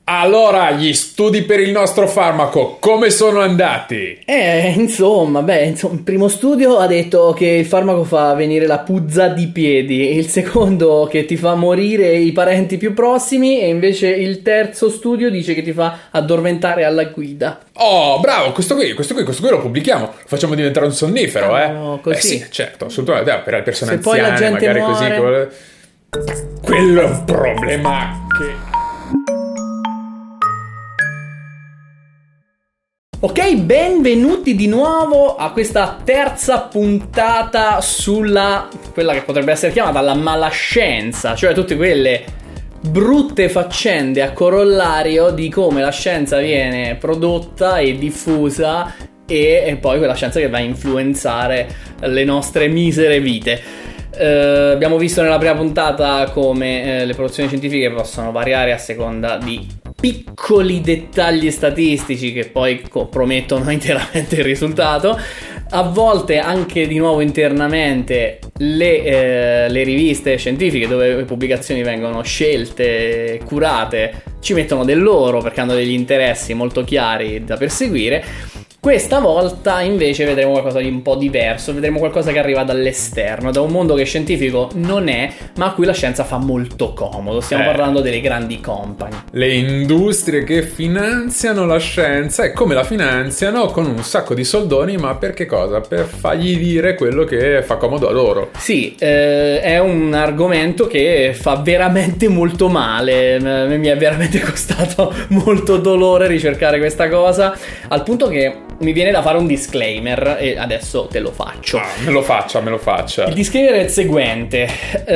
Allora, gli studi per il nostro farmaco, come sono andati? Insomma, il primo studio ha detto che il farmaco fa venire la puzza di piedi, il secondo che ti fa morire i parenti più prossimi e invece il terzo studio dice che ti fa addormentare alla guida. Oh, bravo, questo qui lo pubblichiamo, lo facciamo diventare un sonnifero, No, così. Sì, certo, assolutamente, per le persone Se poi la anziane, gente magari muore... così. Quello è un problema che... Ok, benvenuti di nuovo a questa terza puntata sulla quella che potrebbe essere chiamata la malascienza, cioè tutte quelle brutte faccende a corollario di come la scienza viene prodotta e diffusa e poi quella scienza che va a influenzare le nostre misere vite. Abbiamo visto nella prima puntata come le produzioni scientifiche possono variare a seconda di piccoli dettagli statistici che poi compromettono interamente il risultato. A volte anche di nuovo internamente le riviste scientifiche dove le pubblicazioni vengono scelte, curate, ci mettono del loro perché hanno degli interessi molto chiari da perseguire. Questa volta invece vedremo qualcosa di un po' diverso, vedremo qualcosa che arriva dall'esterno, da un mondo che scientifico non è, ma a cui la scienza fa molto comodo. Stiamo parlando delle grandi company. Le industrie che finanziano la scienza e come la finanziano? Con un sacco di soldoni, ma per che cosa? Per fargli dire quello che fa comodo a loro. Sì, è un argomento che fa veramente molto male, mi è veramente costato molto dolore ricercare questa cosa, al punto che mi viene da fare un disclaimer e adesso te lo faccio. Me lo faccia. Il disclaimer è il seguente.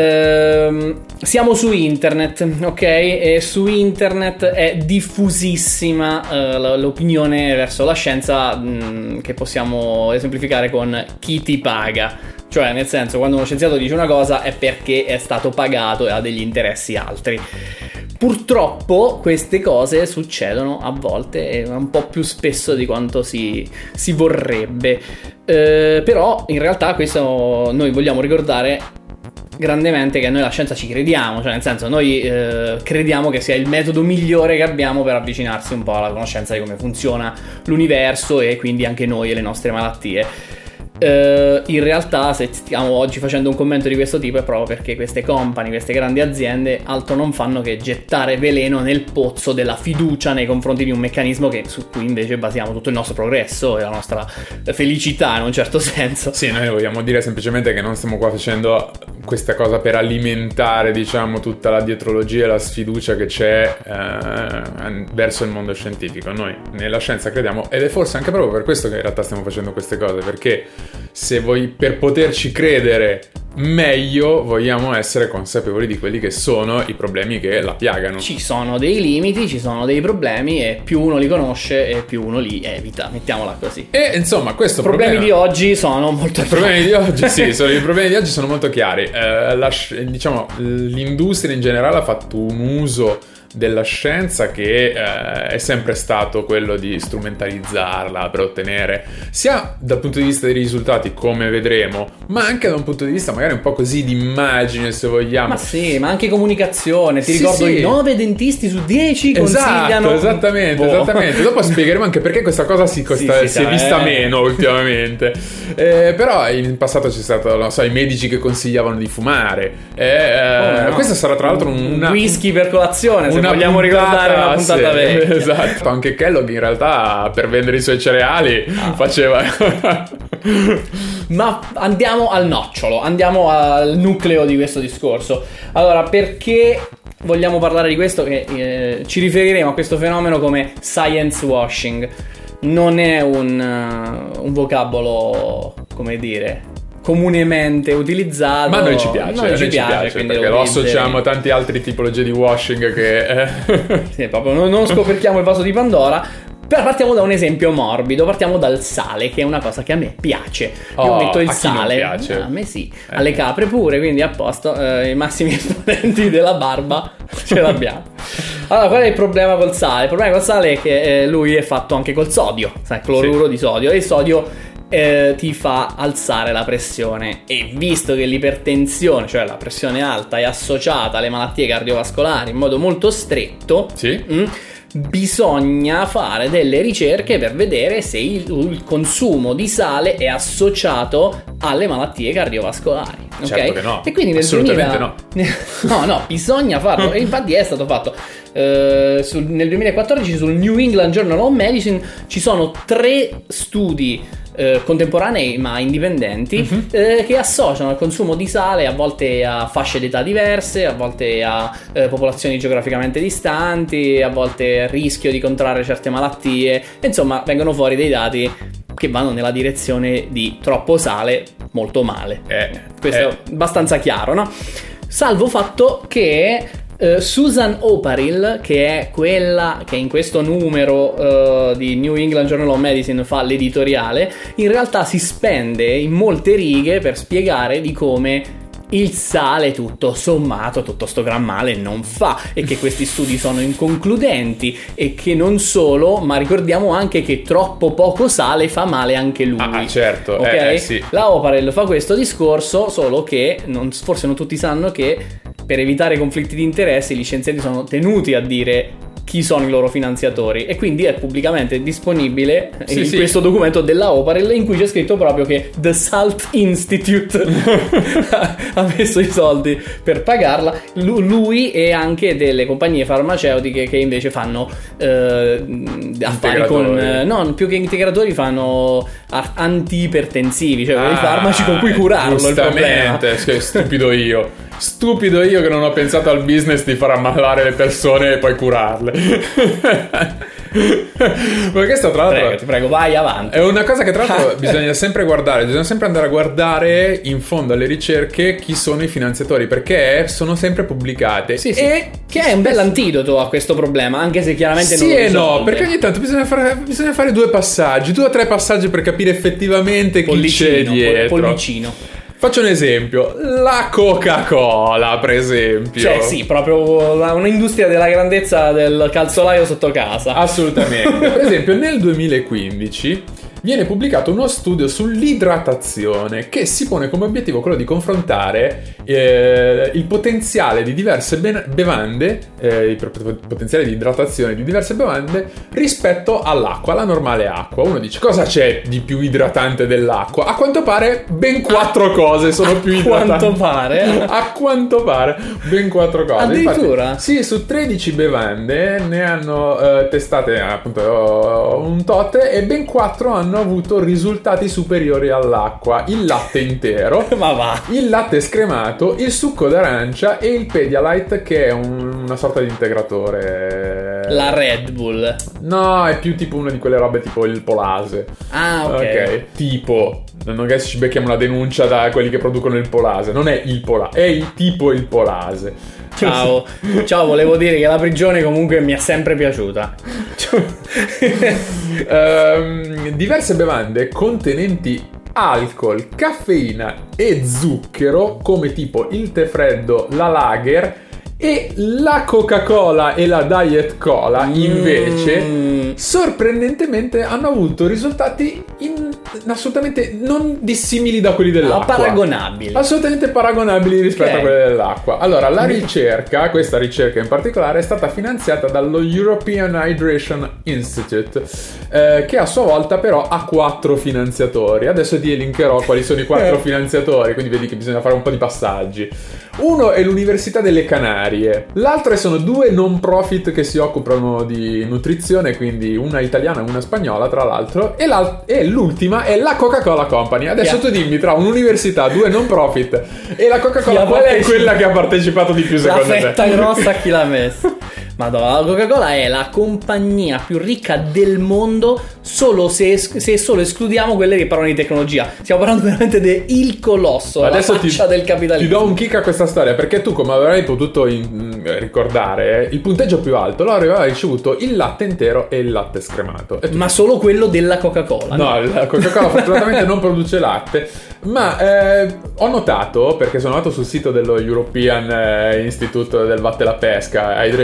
Siamo su internet, ok? E su internet è diffusissima l'opinione verso la scienza che possiamo esemplificare con chi ti paga. Cioè, nel senso, quando uno scienziato dice una cosa è perché è stato pagato e ha degli interessi altri. Purtroppo queste cose succedono a volte e un po' più spesso di quanto si vorrebbe. Però in realtà questo noi vogliamo ricordare grandemente che noi la scienza ci crediamo, cioè nel senso noi crediamo che sia il metodo migliore che abbiamo per avvicinarsi un po' alla conoscenza di come funziona l'universo e quindi anche noi e le nostre malattie. In realtà se stiamo oggi facendo un commento di questo tipo è proprio perché queste company, queste grandi aziende altro non fanno che gettare veleno nel pozzo della fiducia nei confronti di un meccanismo su cui invece basiamo tutto il nostro progresso e la nostra felicità in un certo senso. Sì, noi vogliamo dire semplicemente che non stiamo qua facendo questa cosa per alimentare, diciamo, tutta la dietrologia e la sfiducia che c'è verso il mondo scientifico. Noi nella scienza crediamo ed è forse anche proprio per questo che in realtà stiamo facendo queste cose, perché se voi per poterci credere meglio vogliamo essere consapevoli di quelli che sono i problemi che la piagano. Ci sono dei limiti, ci sono dei problemi e più uno li conosce e più uno li evita, mettiamola così. E insomma questo i problemi di oggi sono molto chiari. I problemi di oggi sono molto chiari. Diciamo l'industria in generale ha fatto un uso della scienza che è sempre stato quello di strumentalizzarla per ottenere sia dal punto di vista dei risultati, come vedremo, ma anche da un punto di vista magari un po' così di immagine, se vogliamo. Ma sì, ma anche comunicazione. Ti ricordo i 9 dentisti su 10 consigliano. Esattamente. Dopo spiegheremo anche perché questa cosa si è vista meno ultimamente. Però in passato c'è stato, non so, i medici che consigliavano di fumare. Questa sarà tra l'altro un whisky per colazione, se vogliamo ricordare una puntata vecchia. Esatto. Anche Kellogg in realtà per vendere i suoi cereali faceva. Ma andiamo al nocciolo, andiamo al nucleo di questo discorso. Allora, perché vogliamo parlare di questo? Che ci riferiremo a questo fenomeno come science washing. Non è un vocabolo, come dire, comunemente utilizzato, ma a noi ci piace quindi perché lo associamo a tanti altri tipologie di washing che sì, proprio non scoperchiamo il vaso di Pandora. Però partiamo da un esempio morbido, partiamo dal sale, che è una cosa che a me piace. Io metto il sale, piace? A me sì, alle capre pure, quindi a posto, i massimi esponenti della barba ce l'abbiamo. Allora, qual è il problema col sale? Il problema col sale è che lui è fatto anche col sodio, sai, cloruro di sodio, e il sodio ti fa alzare la pressione, e visto che l'ipertensione, cioè la pressione alta, è associata alle malattie cardiovascolari in modo molto stretto, sì. bisogna fare delle ricerche per vedere se il consumo di sale è associato alle malattie cardiovascolari. Certo che no. E quindi assolutamente no. No, bisogna farlo. E infatti è stato fatto. Nel 2014 sul New England Journal of Medicine ci sono 3 studi contemporanei ma indipendenti che associano il consumo di sale a volte a fasce d'età diverse, a volte a popolazioni geograficamente distanti, a volte a rischio di contrarre certe malattie. Insomma, vengono fuori dei dati che vanno nella direzione di troppo sale, molto male. Questo è abbastanza chiaro, no? Salvo fatto che Susan Oparill, che è quella che in questo numero di New England Journal of Medicine fa l'editoriale, in realtà si spende in molte righe per spiegare di come il sale tutto sommato tutto sto gran male non fa, e che questi studi sono inconcludenti, e che non solo, ma ricordiamo anche che troppo poco sale fa male anche lui. Certo, ok? Sì. La Oparill fa questo discorso, solo che forse non tutti sanno che per evitare conflitti di interessi gli scienziati sono tenuti a dire chi sono i loro finanziatori, e quindi è pubblicamente disponibile questo documento della Oparill, in cui c'è scritto proprio che The Salt Institute ha messo i soldi per pagarla, lui e anche delle compagnie farmaceutiche che invece fanno affari con no, più che integratori fanno antiipertensivi, cioè i farmaci con cui curarlo. Il problema, stupido io che non ho pensato al business di far ammalare le persone e poi curarle. Ma questo tra l'altro ti prego, vai avanti. È una cosa che tra l'altro bisogna sempre guardare, bisogna sempre andare a guardare in fondo alle ricerche chi sono i finanziatori, perché sono sempre pubblicate. E che è un bel antidoto a questo problema, anche se chiaramente non lo risolve. No, perché ogni tanto bisogna fare 2 o 3 passaggi per capire effettivamente chi c'è dietro. Pollicino. Faccio un esempio, la Coca-Cola, per esempio. Cioè sì, proprio un'industria della grandezza del calzolaio sotto casa. Assolutamente. Per esempio nel 2015 viene pubblicato uno studio sull'idratazione che si pone come obiettivo quello di confrontare il potenziale di diverse bevande, il potenziale di idratazione di diverse bevande rispetto all'acqua, alla normale acqua. Uno dice, cosa c'è di più idratante dell'acqua? A quanto pare ben 4 cose sono più idratanti. A quanto pare ben 4 cose. Addirittura? Infatti, sì, su 13 bevande ne hanno testate appunto un tot, e ben 4 hanno avuto risultati superiori all'acqua: il latte intero, ma va, il latte scremato, il succo d'arancia e il Pedialyte, che è una sorta di integratore. La Red Bull? No, è più tipo una di quelle robe tipo il Polase. Ah, ok. Tipo, non che ci becchiamo una denuncia da quelli che producono il Polase. Non è il Polase, è il Polase. Ciao, volevo dire che la prigione comunque mi è sempre piaciuta. Diverse bevande contenenti alcol, caffeina e zucchero, come tipo il tè freddo, la lager e la Coca-Cola e la Diet Cola, invece sorprendentemente hanno avuto risultati assolutamente non dissimili da quelli dell'acqua. Paragonabili. Assolutamente paragonabili rispetto a quelli dell'acqua. Allora, questa ricerca in particolare è stata finanziata dallo European Hydration Institute, che a sua volta però ha 4 finanziatori. Adesso ti elencherò quali sono i 4 finanziatori, quindi vedi che bisogna fare un po' di passaggi. Uno è l'Università delle Canarie, l'altro sono 2 non profit che si occupano di nutrizione, quindi una italiana e una spagnola tra l'altro, e l'ultima è la Coca-Cola Company. Adesso tu dimmi, tra un'università, 2 non profit e la Coca-Cola, qual è quella che ha partecipato di più secondo te? La fetta grossa chi l'ha messa? Madonna, la Coca-Cola è la compagnia più ricca del mondo, solo se solo escludiamo quelle che parlano di tecnologia. Stiamo parlando veramente del colosso, adesso la faccia del capitalismo. Ti do un kick a questa storia, perché tu, come avrai potuto ricordare, il punteggio più alto lo aveva ricevuto il latte intero e il latte scremato. Ma solo quello della Coca-Cola? No, la Coca-Cola fortunatamente non produce latte. Ma ho notato, perché sono andato sul sito dello European Institute del Vatte la Pesca, Hydration Institute,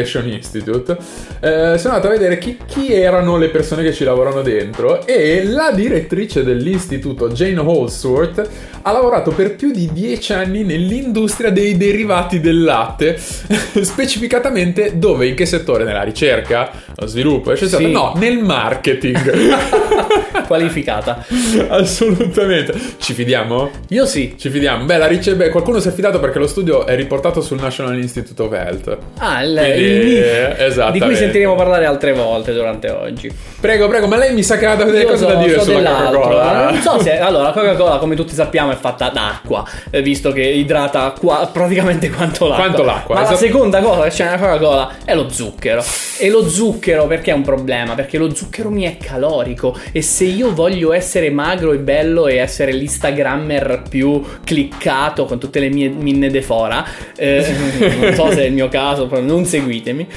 Institute, sono andato a vedere chi erano le persone che ci lavorano dentro, e la direttrice dell'istituto, Jane Holsworth, ha lavorato per più di 10 anni nell'industria dei derivati del latte, specificatamente dove, in che settore? Nella ricerca, lo sviluppo, eccetera. Sì. No, nel marketing. Qualificata. Assolutamente. Ci fidiamo? Io sì. Ci fidiamo. Beh, qualcuno si è fidato perché lo studio è riportato sul National Institute of Health. Quindi, esattamente. Di cui sentiremo parlare altre volte durante oggi. Prego, ma lei mi sa che ha delle cose da dire sulla Coca-Cola. Non so se... Allora, la Coca-Cola, come tutti sappiamo, è fatta d'acqua, visto che idrata praticamente quanto l'acqua. Ma la seconda cosa che c'è nella Coca-Cola è lo zucchero. E lo zucchero perché è un problema? Perché lo zucchero mi è calorico, e se io voglio essere magro e bello e essere l'instagrammer più cliccato con tutte le mie minne de fora, non so se è il mio caso, non seguitemi.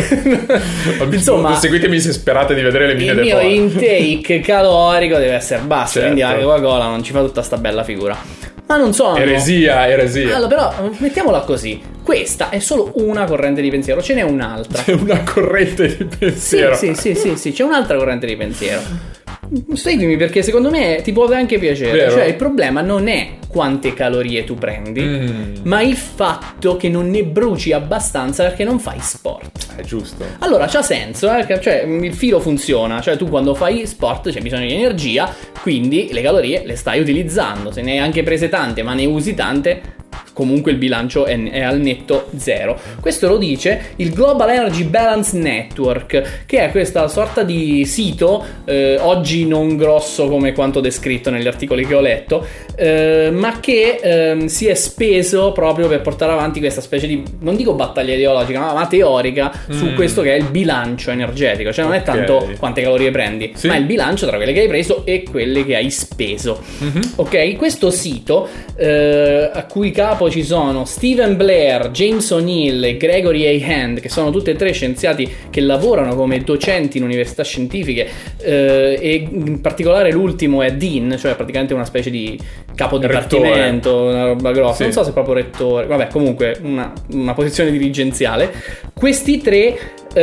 Insomma, seguitemi se sperate di vedere le mine de fora. Il mio intake calorico deve essere basso, certo. Quindi la Coca-Cola non ci fa tutta sta bella figura. Ma non so. Eresia. Allora, però, mettiamola così. Questa è solo una corrente di pensiero, ce n'è un'altra. C'è una corrente di pensiero. Sì, c'è un'altra corrente di pensiero. Seguimi, perché secondo me ti può anche piacere. Vero? Cioè, il problema non è quante calorie tu prendi, ma il fatto che non ne bruci abbastanza perché non fai sport. È giusto. Allora c'ha senso, cioè il filo funziona. Cioè tu quando fai sport c'è bisogno di energia, quindi le calorie le stai utilizzando. Se ne hai anche prese tante ma ne usi tante, comunque il bilancio è al netto zero. Questo lo dice il Global Energy Balance Network, che è questa sorta di sito, oggi non grosso come quanto descritto negli articoli che ho letto, ma che si è speso proprio per portare avanti questa specie di, non dico battaglia ideologica, ma teorica su questo che è il bilancio energetico. Cioè non è tanto quante calorie prendi, ma il bilancio tra quelle che hai preso e quelle che hai speso. Ok, questo sito, a cui capo ci sono Stephen Blair, James O'Neill e Gregory A. Hand, che sono tutti e tre scienziati che lavorano come docenti in università scientifiche, e in particolare l'ultimo è Dean, cioè praticamente una specie di capo dipartimento, una roba grossa, sì. Non so se è proprio rettore, vabbè, comunque una posizione dirigenziale. Questi tre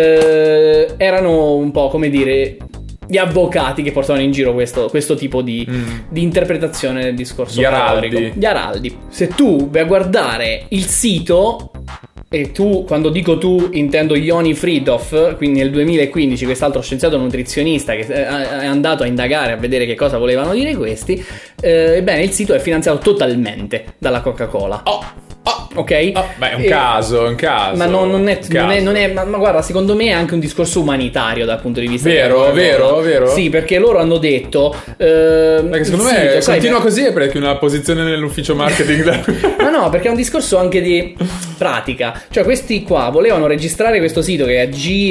erano un po', come dire, gli avvocati che portavano in giro questo tipo di interpretazione del discorso calorico. Gli araldi. Se tu vai a guardare il sito, e tu, quando dico tu, intendo Yoni Freedhoff, quindi nel 2015 quest'altro scienziato nutrizionista che è andato a indagare, a vedere che cosa volevano dire questi, ebbene il sito è finanziato totalmente dalla Coca-Cola. Ok? Beh, è un caso. Ma non è, ma guarda, secondo me è anche un discorso umanitario dal punto di vista vero. Sì, perché loro hanno detto perché secondo me continua così è perché una posizione nell'ufficio marketing ma no, perché è un discorso anche di pratica. Cioè questi qua volevano registrare questo sito che è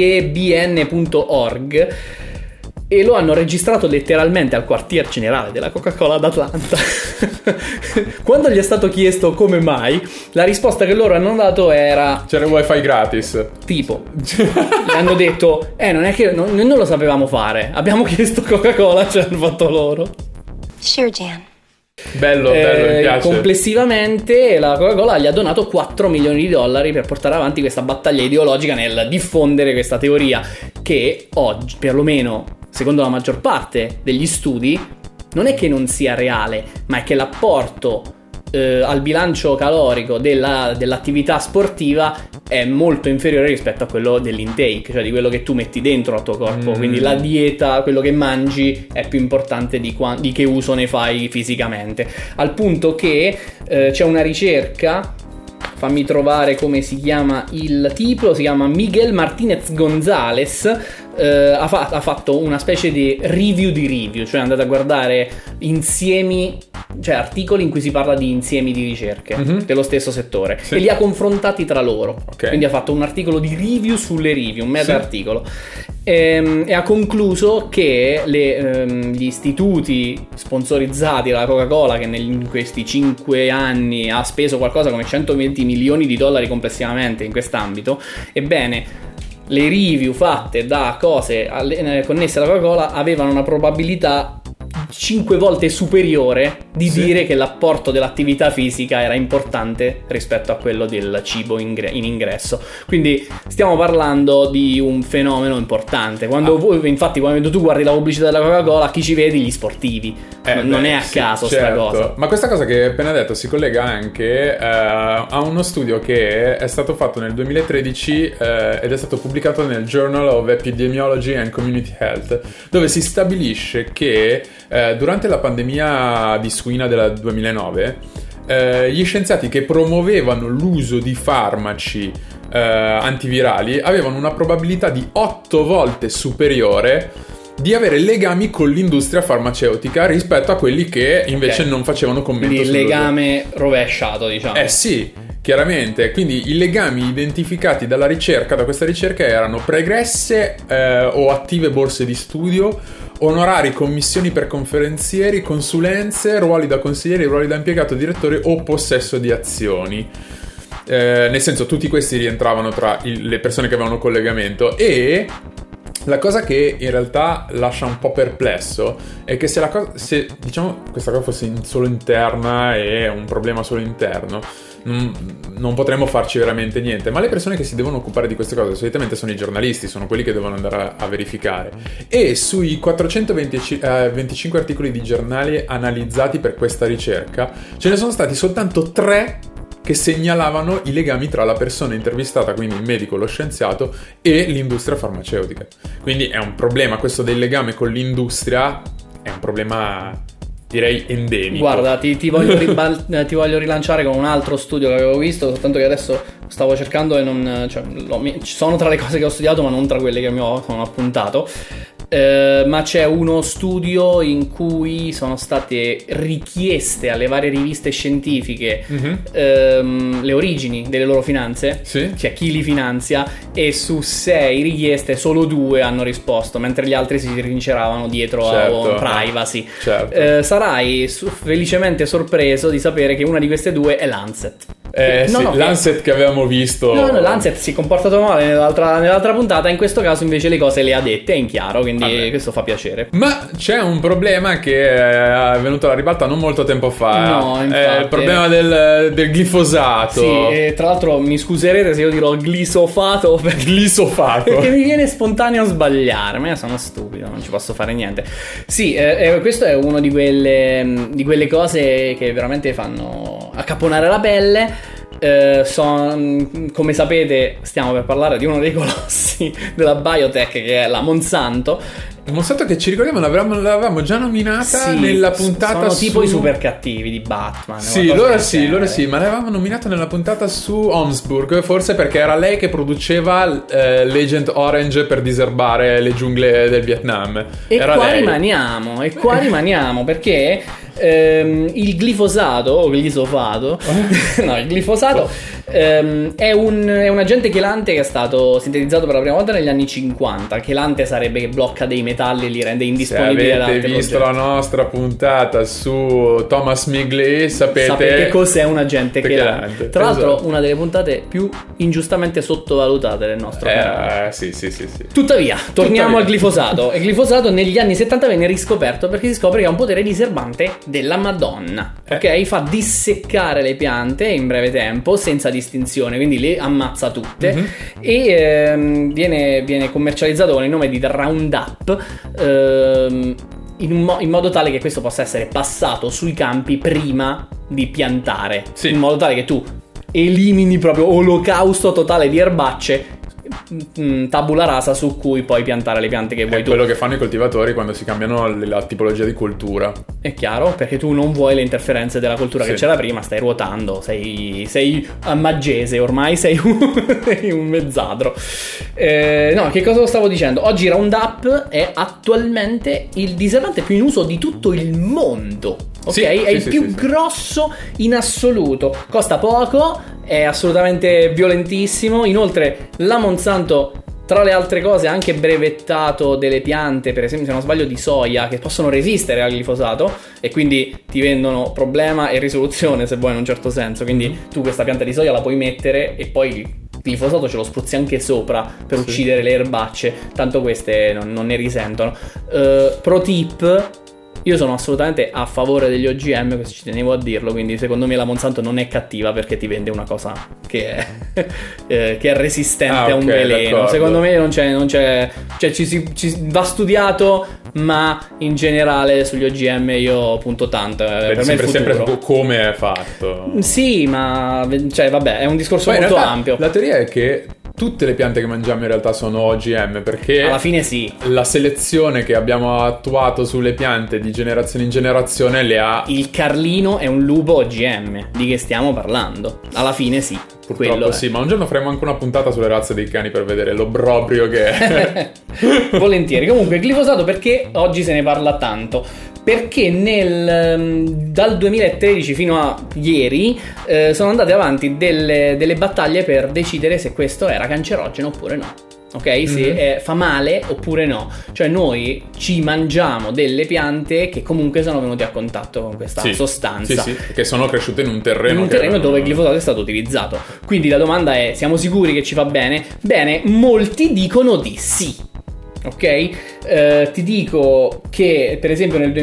gebn.org e lo hanno registrato letteralmente al quartier generale della Coca-Cola d'Atlanta. Quando gli è stato chiesto come mai, la risposta che loro hanno dato era: c'era il wifi gratis. Tipo gli hanno detto non è che noi non lo sapevamo fare, abbiamo chiesto Coca-Cola, ce l'hanno fatto loro. Sure, Jan. Bello, mi piace. Complessivamente la Coca-Cola gli ha donato $4 milioni per portare avanti questa battaglia ideologica nel diffondere questa teoria che oggi, perlomeno secondo la maggior parte degli studi, non è che non sia reale, ma è che l'apporto al bilancio calorico dell'attività sportiva è molto inferiore rispetto a quello dell'intake, cioè di quello che tu metti dentro al tuo corpo. Quindi la dieta, quello che mangi, è più importante di che uso ne fai fisicamente, al punto che c'è una ricerca, fammi trovare come si chiama il tipo, si chiama Miguel Martinez Gonzalez, ha fatto una specie di review, cioè è andato a guardare insiemi, cioè articoli in cui si parla di insiemi di ricerche dello stesso settore, e li ha confrontati tra loro. Quindi ha fatto un articolo di review sulle review, un meta articolo, e ha concluso che gli istituti sponsorizzati dalla Coca-Cola, che in questi 5 anni ha speso qualcosa come $120 milioni complessivamente in quest'ambito, ebbene le review fatte da cose connesse alla Coca-Cola avevano una probabilità 5 volte superiore di dire che l'apporto dell'attività fisica era importante rispetto a quello del cibo in ingresso. Quindi stiamo parlando di un fenomeno importante. Infatti quando tu guardi la pubblicità della Coca-Cola, chi ci vedi? Gli sportivi. Non è a caso sta cosa. Ma questa cosa che hai appena detto si collega anche a uno studio che è stato fatto nel 2013 ed è stato pubblicato nel Journal of Epidemiology and Community Health, dove si stabilisce che durante la pandemia di suina del 2009 gli scienziati che promuovevano l'uso di farmaci antivirali avevano una probabilità di 8 volte superiore di avere legami con l'industria farmaceutica rispetto a quelli che invece non facevano commento. Quindi il legame rovesciato, diciamo. Sì, chiaramente. Quindi i legami identificati da questa ricerca erano pregresse o attive borse di studio, onorari, commissioni per conferenzieri, consulenze, ruoli da consiglieri, ruoli da impiegato, direttore o possesso di azioni. Nel senso, tutti questi rientravano tra le persone che avevano collegamento. E la cosa che in realtà lascia un po' perplesso è che se diciamo questa cosa fosse solo interna e un problema solo interno, non potremmo farci veramente niente. Ma le persone che si devono occupare di queste cose solitamente sono i giornalisti, sono quelli che devono andare a verificare. E sui 425 articoli di giornali analizzati per questa ricerca ce ne sono stati soltanto 3 che segnalavano i legami tra la persona intervistata, quindi il medico, lo scienziato, e l'industria farmaceutica. Quindi è un problema, questo del legame con l'industria è un problema, direi, endemico. Guarda, ti voglio rilanciare con un altro studio che avevo visto, soltanto che adesso stavo cercando e sono tra le cose che ho studiato, ma non tra quelle che mi sono appuntato. Ma c'è uno studio in cui sono state richieste alle varie riviste scientifiche le origini delle loro finanze, cioè chi li finanzia, e su 6 richieste solo 2 hanno risposto, mentre gli altri si rinceravano dietro a privacy. Sarai felicemente sorpreso di sapere che una di queste 2 è Lancet. Lancet che avevamo visto. No, Lancet si è comportato male nell'altra puntata, in questo caso invece le cose le ha dette in chiaro, quindi questo fa piacere. Ma c'è un problema che è venuto alla ribalta non molto tempo fa. È il problema del glifosato. Sì, e tra l'altro mi scuserete se io dirò glisofato perché mi viene spontaneo sbagliare, ma io sono stupido, non ci posso fare niente. Sì, questo è uno di quelle cose che veramente fanno accapponare la pelle. Come sapete, stiamo per parlare di uno dei colossi della biotech, che è la Monsanto, che ci ricordiamo l'avevamo già nominata nella puntata sono tipo i super cattivi di Batman. Loro sì, ma l'avevamo nominata nella puntata su Holmesburg, forse perché era lei che produceva l'Agent Orange per diserbare le giungle del Vietnam. E qua rimaniamo perché il glifosato o glisofato il glifosato è un agente chelante che è stato sintetizzato per la prima volta negli anni 50. Chelante sarebbe che blocca dei metalli e li rende indisponibili. Se avete visto la nostra puntata su Thomas Migley sapete cos'è un agente chelante. Tra l'altro una delle puntate più ingiustamente sottovalutate del nostro canale. Sì. Tuttavia torniamo al glifosato. Il glifosato negli anni 70 venne riscoperto perché si scopre che ha un potere diserbante della Madonna. Ok? Fa disseccare le piante in breve tempo senza distinzione, quindi le ammazza tutte. E viene commercializzato con il nome di Roundup, in modo tale che questo possa essere passato sui campi prima di piantare, in modo tale che tu elimini proprio olocausto totale di erbacce, tabula rasa su cui puoi piantare le piante che vuoi tu. Quello che fanno i coltivatori quando si cambiano la tipologia di coltura. È chiaro, perché tu non vuoi le interferenze della coltura che c'era prima, stai ruotando, sei a Maggese, ormai sei un mezzadro. Che cosa stavo dicendo? Oggi Roundup è attualmente il diserbante più in uso di tutto il mondo. Ok? È il più grosso in assoluto. Costa poco, è assolutamente violentissimo. Inoltre la Monsanto, tra le altre cose, ha anche brevettato delle piante, per esempio se non sbaglio di soia, che possono resistere al glifosato e quindi ti vendono problema e risoluzione, se vuoi, in un certo senso. Quindi tu questa pianta di soia la puoi mettere e poi il glifosato ce lo spruzzi anche sopra per uccidere le erbacce, tanto queste non ne risentono. Pro tip: Io sono assolutamente a favore degli OGM, questo ci tenevo a dirlo, quindi secondo me la Monsanto non è cattiva perché ti vende una cosa che è resistente a un veleno. D'accordo. Secondo me non c'è cioè ci va studiato, ma in generale sugli OGM io punto tanto. Per me è il sempre futuro. come è fatto. Sì, ma cioè vabbè, è un discorso Poi in molto realtà, ampio. La teoria è che tutte le piante che mangiamo in realtà sono OGM, perché Alla fine sì. la selezione che abbiamo attuato sulle piante di generazione in generazione le ha. Il Carlino è un lupo OGM, di che stiamo parlando? Alla fine sì. Purtroppo sì, ma un giorno faremo anche una puntata sulle razze dei cani per vedere l'obbrobrio che è. Volentieri. Comunque, glifosato perché oggi se ne parla tanto? Perché dal 2013 fino a ieri sono andate avanti delle battaglie per decidere se questo era cancerogeno oppure no. Ok? Se fa male oppure no. Cioè noi ci mangiamo delle piante che comunque sono venute a contatto con questa sostanza. Sì, che sono cresciute in un terreno. Dove il glifosato è stato utilizzato. Quindi la domanda è: siamo sicuri che ci fa bene? Bene, molti dicono di sì. Ok? Ti dico che per esempio nel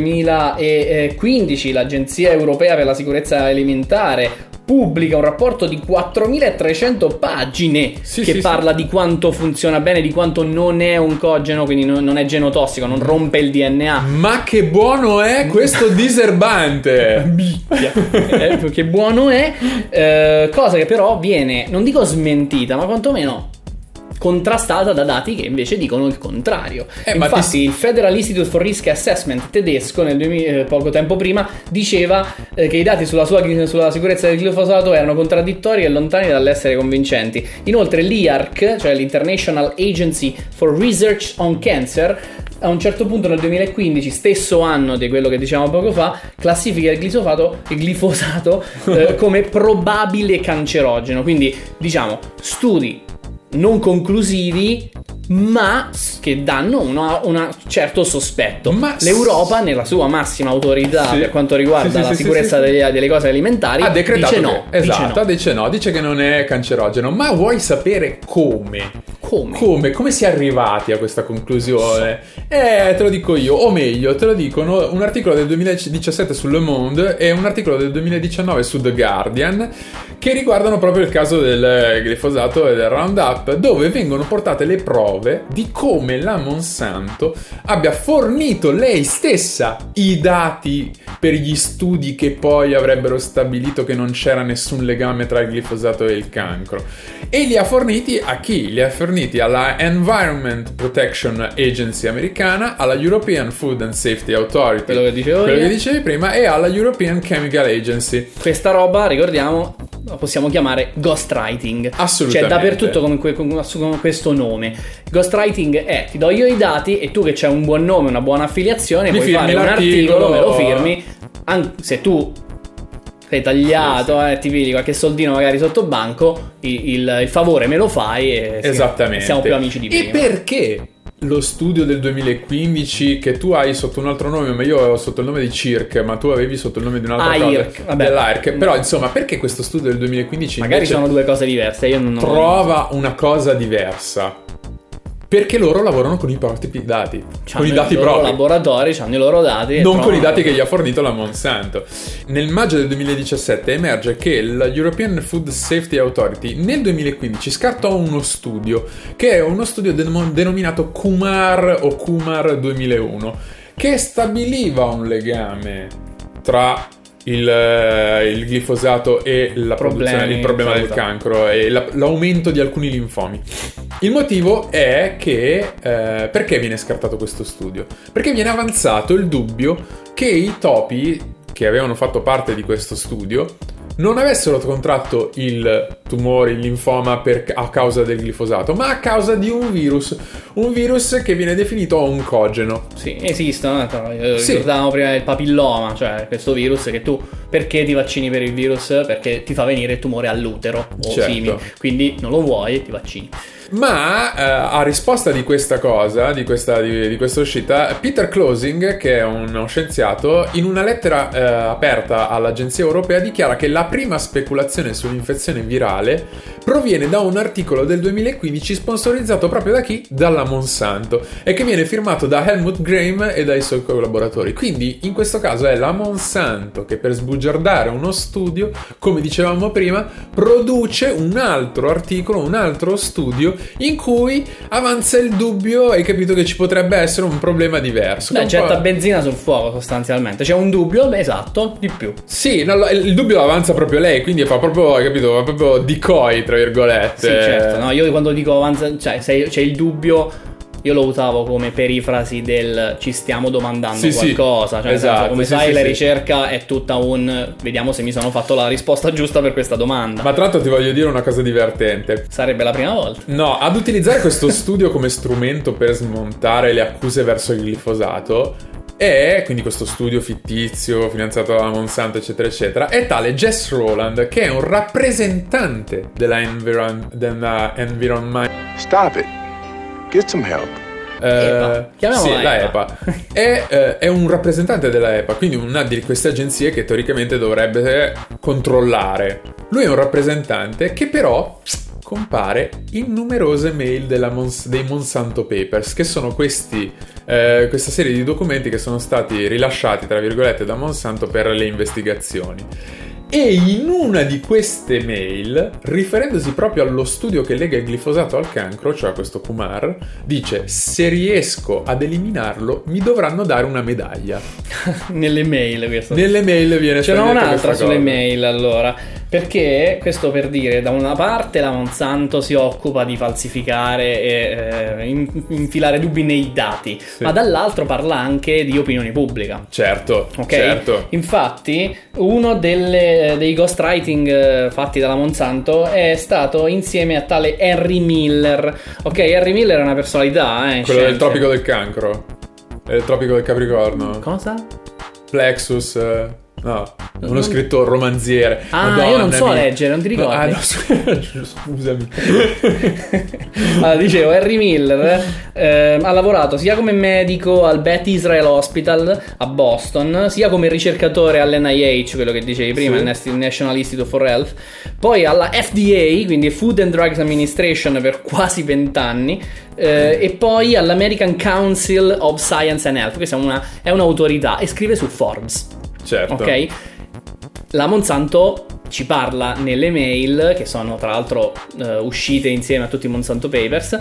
2015 l'Agenzia Europea per la Sicurezza Alimentare pubblica un rapporto di 4.300 pagine che parla di quanto funziona bene, di quanto non è oncogeneno, quindi non è genotossico, non rompe il DNA. Ma che buono è questo diserbante! Che buono è, cosa che però viene, non dico smentita, ma quantomeno contrastata da dati che invece dicono il contrario. Infatti il Federal Institute for Risk Assessment tedesco poco tempo prima diceva che i dati sulla sicurezza del glifosato erano contraddittori e lontani dall'essere convincenti. Inoltre l'IARC, cioè l'International Agency for Research on Cancer, a un certo punto nel 2015, stesso anno di quello che dicevamo poco fa, classifica il glifosato come probabile cancerogeno. Quindi diciamo studi non conclusivi, che danno un certo sospetto. L'Europa, nella sua massima autorità per quanto riguarda la sicurezza delle cose alimentari, ha decretato dice no. Dice no, dice che non è cancerogeno. Ma vuoi sapere come? Come si è arrivati a questa conclusione? Te lo dico io, o meglio, te lo dicono un articolo del 2017 su Le Monde e un articolo del 2019 su The Guardian, che riguardano proprio il caso del glifosato e del Roundup, dove vengono portate le prove di come la Monsanto abbia fornito lei stessa i dati per gli studi che poi avrebbero stabilito che non c'era nessun legame tra il glifosato e il cancro. E li ha forniti a chi? Li ha forniti alla Environment Protection Agency americana, alla European Food and Safety Authority, quello che dicevi prima, e alla European Chemical Agency. Questa roba, ricordiamo, lo possiamo chiamare ghostwriting. Assolutamente. Cioè dappertutto con questo nome. Ghostwriting è: ti do io i dati e tu che c'hai un buon nome, una buona affiliazione, puoi fare un articolo, me lo firmi, anche se tu sei tagliato, ti pigli qualche soldino magari sotto banco, il favore me lo fai e esattamente. Siamo più amici di prima. E perché lo studio del 2015 che tu hai sotto un altro nome, ma io avevo sotto il nome di CIRC, ma tu avevi sotto il nome di un'altra cosa, dell'AIRC, però insomma, perché questo studio del 2015 magari sono due cose diverse, io non trova una cosa diversa? Perché loro lavorano con i propri dati, con i dati propri. I laboratori hanno i loro dati. Non con i dati che gli ha fornito la Monsanto. Nel maggio del 2017 emerge che la European Food Safety Authority nel 2015 scartò uno studio, che è uno studio denominato Kumar o Kumar 2001, che stabiliva un legame tra il glifosato e il problema del cancro e l'aumento di alcuni linfomi. Il motivo è che perché viene scartato questo studio? Perché viene avanzato il dubbio che i topi che avevano fatto parte di questo studio non avessero contratto il tumore, il linfoma a causa del glifosato, ma a causa di un virus che viene definito oncogeno. Sì, esistono, ricordavamo prima il papilloma, cioè questo virus che tu, perché ti vaccini per il virus? Perché ti fa venire il tumore all'utero o simili, quindi non lo vuoi e ti vaccini. Ma a risposta di questa cosa, di questa uscita, Peter Closing, che è uno scienziato, in una lettera aperta all'Agenzia Europea dichiara che la prima speculazione sull'infezione virale proviene da un articolo del 2015 sponsorizzato proprio da chi? Dalla Monsanto, e che viene firmato da Helmut Graham e dai suoi collaboratori. Quindi in questo caso è la Monsanto che, per sbugiardare uno studio, come dicevamo prima, produce un altro articolo, un altro studio in cui avanza il dubbio, hai capito, che ci potrebbe essere un problema diverso. Beh, getta benzina sul fuoco sostanzialmente, c'è un dubbio, esatto, di più. Sì, no, il dubbio lo avanza proprio lei, quindi fa proprio, hai capito, fa proprio decoy, tra virgolette. Sì, certo, no, io quando dico avanza, cioè se c'è il dubbio, io lo usavo come perifrasi del ci stiamo domandando qualcosa, cioè esatto, come sai la ricerca è tutta un vediamo se mi sono fatto la risposta giusta per questa domanda. Ma tra l'altro ti voglio dire una cosa divertente. Sarebbe la prima volta. No, ad utilizzare questo studio come strumento per smontare le accuse verso il glifosato, e quindi questo studio fittizio finanziato dalla Monsanto eccetera eccetera, è tale Jess Rowland, che è un rappresentante della Environment. Stop it. Get some help. Chiamiamola la EPA. È un rappresentante della EPA, quindi una di queste agenzie che teoricamente dovrebbe controllare. Lui è un rappresentante che però compare in numerose mail dei Monsanto Papers, che sono questa serie di documenti che sono stati rilasciati, tra virgolette, da Monsanto per le investigazioni. E in una di queste mail, riferendosi proprio allo studio che lega il glifosato al cancro, cioè questo Kumar, dice: se riesco ad eliminarlo mi dovranno dare una medaglia. Nelle mail questo. Nelle mail viene c'era un'altra sulle cosa. Mail, allora, perché questo per dire, da una parte la Monsanto si occupa di falsificare e infilare dubbi nei dati, sì, ma dall'altro parla anche di opinione pubblica. Certo, ok, certo. Infatti uno dei ghostwriting fatti dalla Monsanto è stato insieme a tale Henry Miller. Ok, Henry Miller è una personalità quello del Tropico del Cancro, del Tropico del Capricorno. Cosa? Plexus. No, uno scrittore, romanziere. Ah, Madonna, io non so leggere, non ti ricordi? Ah, no, scusami. Allora, dicevo, Henry Miller ha lavorato sia come medico al Beth Israel Hospital a Boston, sia come ricercatore all'NIH, quello che dicevi prima, sì, il National Institute for Health, poi alla FDA, quindi Food and Drugs Administration, per quasi 20 anni, e poi all'American Council of Science and Health, questa è un'autorità, e scrive su Forbes. Certo. Ok? La Monsanto ci parla nelle mail, che sono tra l'altro uscite insieme a tutti i Monsanto Papers,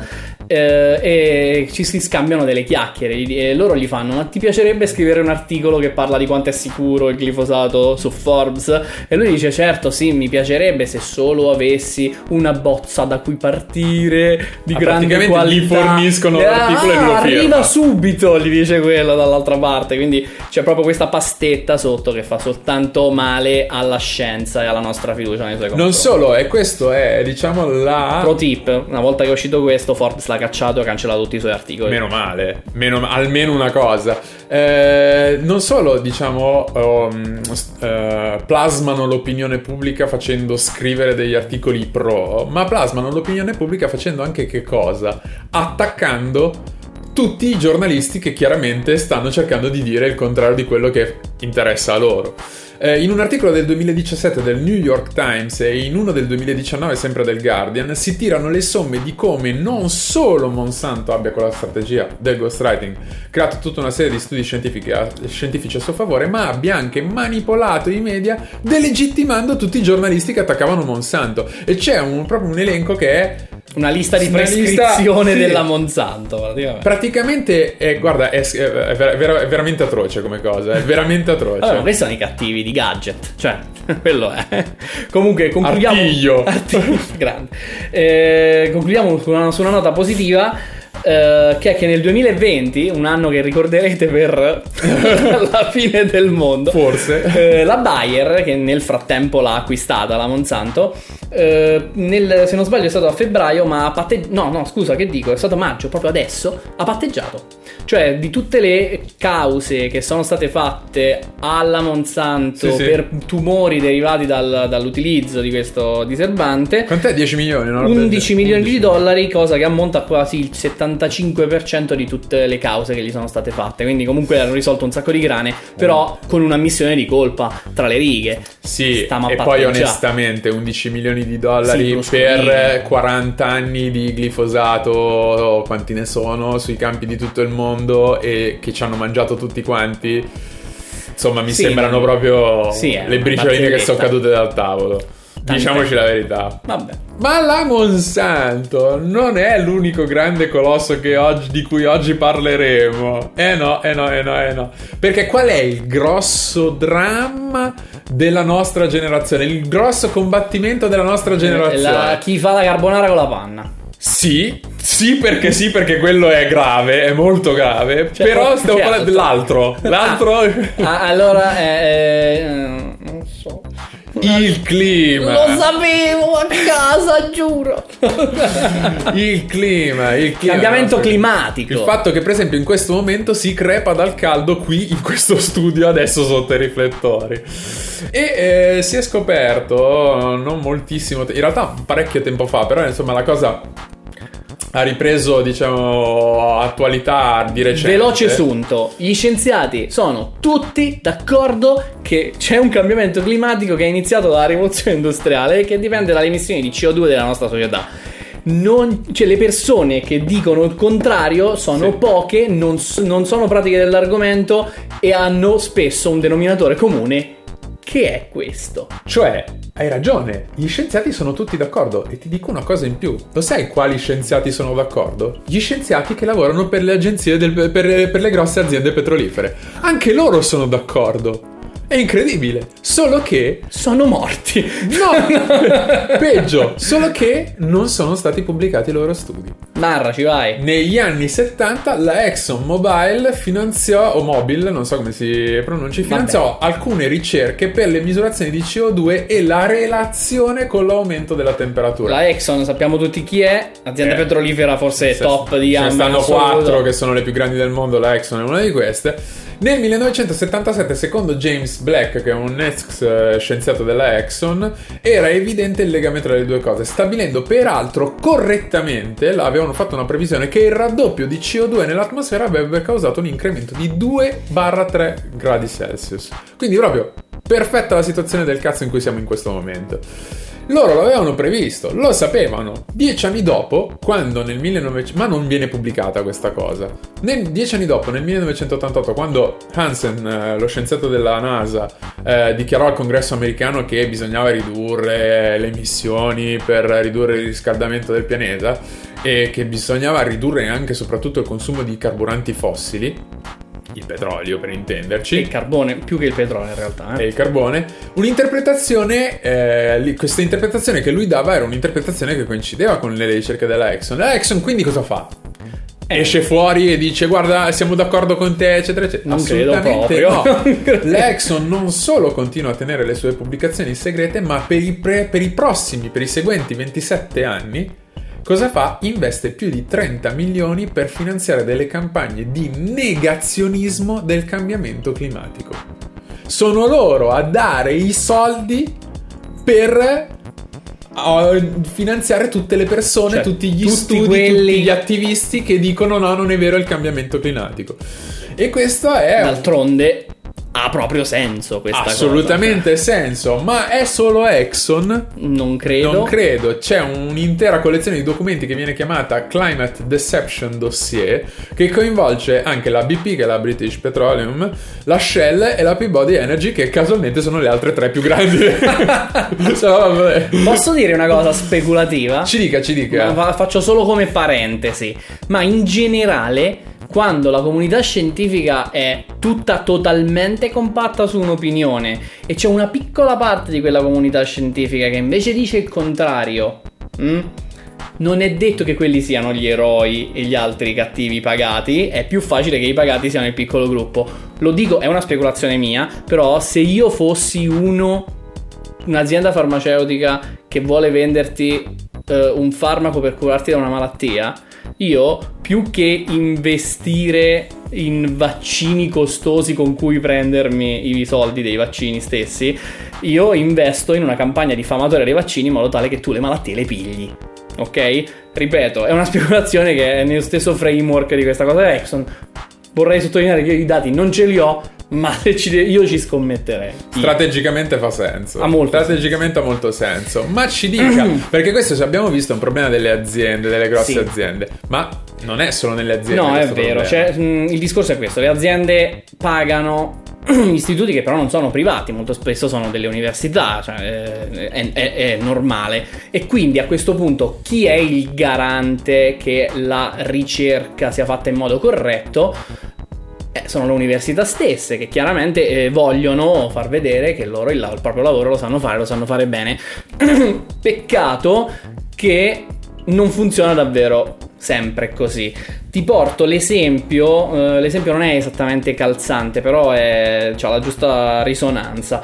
e ci si scambiano delle chiacchiere, e loro gli fanno: ma ti piacerebbe scrivere un articolo che parla di quanto è sicuro il glifosato su Forbes? E lui dice: certo, sì, mi piacerebbe, se solo avessi una bozza da cui partire di grande qualità. Gli forniscono l'articolo e lui lo firma. Arriva subito, gli dice quello dall'altra parte. Quindi c'è proprio questa pastetta sotto che fa soltanto male alla scienza e alla nostra fiducia nei suoi confronti. Non solo, e questo è, diciamo, la pro tip: una volta che è uscito questo, Forbes l'ha cacciato e ha cancellato tutti i suoi articoli. Meno male, almeno una cosa. Non solo, diciamo, plasmano l'opinione pubblica facendo scrivere degli articoli pro, ma plasmano l'opinione pubblica facendo anche che cosa? Attaccando tutti i giornalisti che chiaramente stanno cercando di dire il contrario di quello che interessa a loro. In un articolo del 2017 del New York Times e in uno del 2019 sempre del Guardian si tirano le somme di come non solo Monsanto abbia, con la strategia del ghostwriting, creato tutta una serie di studi scientifici a suo favore, ma abbia anche manipolato i media delegittimando tutti i giornalisti che attaccavano Monsanto. E c'è proprio un elenco che è una lista di prescrizione della Monsanto, praticamente guarda, è veramente atroce come cosa, è veramente atroce. Allora, questi sono i cattivi di gadget, cioè quello è. Comunque concludiamo Artiglio. Grande. Concludiamo su una nota positiva, che è che nel 2020, un anno che ricorderete per la fine del mondo, forse, la Bayer, che nel frattempo l'ha acquistata la Monsanto, se non sbaglio è stato a febbraio, ma è stato maggio, proprio adesso ha patteggiato. Cioè, di tutte le cause che sono state fatte alla Monsanto per tumori derivati dall'utilizzo di questo diserbante, quant'è? 10 milioni? No? 11 milioni di dollari, cosa che ammonta a quasi il 75% di tutte le cause che gli sono state fatte. Quindi comunque hanno risolto un sacco di grane, però con un'ammissione di colpa tra le righe. Sì, e poi onestamente 11 milioni di dollari per 40 anni di glifosato, quanti ne sono sui campi di tutto il mondo e che ci hanno mangiato tutti quanti, insomma mi sembrano proprio le bricioline che sono cadute dal tavolo. Diciamoci la verità. Vabbè. Ma la Monsanto non è l'unico grande colosso di cui oggi parleremo. No. Perché qual è il grosso dramma della nostra generazione? Il grosso combattimento della nostra generazione? Chi fa la carbonara con la panna. Sì, perché quello è grave, è molto grave. Cioè, però stiamo parlando dell'altro. Allora, non so. Il clima. Lo sapevo a casa, giuro. Il clima. Cambiamento climatico. Il fatto che per esempio in questo momento si crepa dal caldo qui in questo studio adesso sotto i riflettori. E si è scoperto non moltissimo, in realtà parecchio tempo fa, però insomma la cosa ha ripreso, diciamo, attualità di recente. Veloce sunto. Gli scienziati sono tutti d'accordo che c'è un cambiamento climatico che è iniziato dalla rivoluzione industriale e che dipende dalle emissioni di CO2 della nostra società. Cioè, le persone che dicono il contrario sono poche, non sono pratiche dell'argomento e hanno spesso un denominatore comune, che è questo. Cioè, hai ragione, gli scienziati sono tutti d'accordo. E ti dico una cosa in più. Lo sai quali scienziati sono d'accordo? Gli scienziati che lavorano per le agenzie per le grosse aziende petrolifere. Anche loro sono d'accordo. È incredibile. Solo che sono morti. No, peggio. Solo che non sono stati pubblicati i loro studi. Narraci, vai. Negli anni 70 la ExxonMobil finanziò, o Mobil, non so come si pronunci, finanziò alcune ricerche per le misurazioni di CO2 e la relazione con l'aumento della temperatura. La Exxon, sappiamo tutti chi è, azienda petrolifera forse top di ce ne stanno 4 che sono le più grandi del mondo, la Exxon è una di queste. Nel 1977, secondo James Black, che è un ex scienziato della Exxon, era evidente il legame tra le due cose, stabilendo peraltro correttamente, avevano fatto una previsione, che il raddoppio di CO2 nell'atmosfera avrebbe causato un incremento di 2-3 gradi Celsius. Quindi proprio perfetta la situazione del cazzo in cui siamo in questo momento. Loro l'avevano previsto, lo sapevano. 10 anni dopo, quando nel 1900... ma non viene pubblicata questa cosa. 10 anni dopo, nel 1988, quando Hansen, lo scienziato della NASA, dichiarò al Congresso americano che bisognava ridurre le emissioni per ridurre il riscaldamento del pianeta e che bisognava ridurre anche e soprattutto il consumo di carburanti fossili, il petrolio per intenderci, il carbone, più che il petrolio in realtà, e il carbone, un'interpretazione, questa interpretazione che lui dava era un'interpretazione che coincideva con le ricerche della Exxon. La Exxon quindi cosa fa? Esce fuori e dice: guarda, siamo d'accordo con te, eccetera eccetera. Non assolutamente credo proprio. No. La Exxon non solo continua a tenere le sue pubblicazioni segrete, ma per i seguenti 27 anni cosa fa? Investe più di 30 milioni per finanziare delle campagne di negazionismo del cambiamento climatico. Sono loro a dare i soldi per finanziare tutte le persone, cioè, tutti gli studi, tutti gli attivisti che dicono no, non è vero il cambiamento climatico. E questo è... D'altronde ha proprio senso questa assolutamente cosa. Senso, ma è solo Exxon? Non credo. C'è un'intera collezione di documenti che viene chiamata Climate Deception Dossier, che coinvolge anche la BP, che è la British Petroleum, la Shell e la Peabody Energy, che casualmente sono le altre 3 più grandi. Posso dire una cosa speculativa? Ci dica. Ma faccio solo come parentesi. Ma in generale, quando la comunità scientifica è tutta totalmente compatta su un'opinione e c'è una piccola parte di quella comunità scientifica che invece dice il contrario, non è detto che quelli siano gli eroi e gli altri cattivi pagati. È più facile che i pagati siano il piccolo gruppo. Lo dico, è una speculazione mia, però se io fossi un'azienda farmaceutica che vuole venderti un farmaco per curarti da una malattia, io più che investire in vaccini costosi con cui prendermi i soldi dei vaccini stessi, io investo in una campagna diffamatoria dei vaccini in modo tale che tu le malattie le pigli. Ok? Ripeto, è una speculazione che è nello stesso framework di questa cosa Exxon. Vorrei sottolineare che io i dati non ce li ho, ma io ci scommetterei. Strategicamente fa senso. Ha molto senso. Ma ci dica, perché questo abbiamo visto un problema delle aziende, delle grosse aziende. Ma non è solo nelle aziende. No, è vero. Il discorso è questo: le aziende pagano istituti che però non sono privati, molto spesso sono delle università, cioè è normale. E quindi a questo punto chi è il garante che la ricerca sia fatta in modo corretto? Sono le università stesse, che chiaramente vogliono far vedere che loro il proprio lavoro lo sanno fare bene. Peccato che non funziona davvero sempre così. Ti porto l'esempio non è esattamente calzante, però c'ha la giusta risonanza.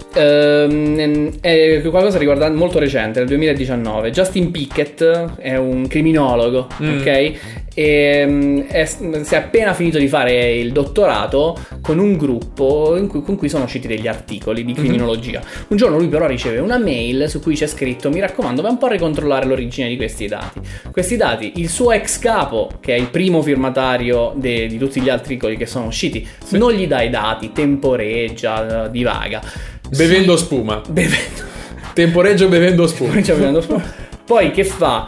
È qualcosa riguardante molto recente, nel 2019. Justin Pickett è un criminologo, ok? E si è appena finito di fare il dottorato con un gruppo con cui sono usciti degli articoli di criminologia. Un giorno lui però riceve una mail su cui c'è scritto: mi raccomando, vai un po' a ricontrollare l'origine di questi dati. Questi dati, il suo ex capo, che è il primo firmatario di tutti gli articoli che sono usciti, non gli dà i dati, temporeggia, divaga. Bevendo spuma. Temporeggio bevendo spuma. Poi che fa?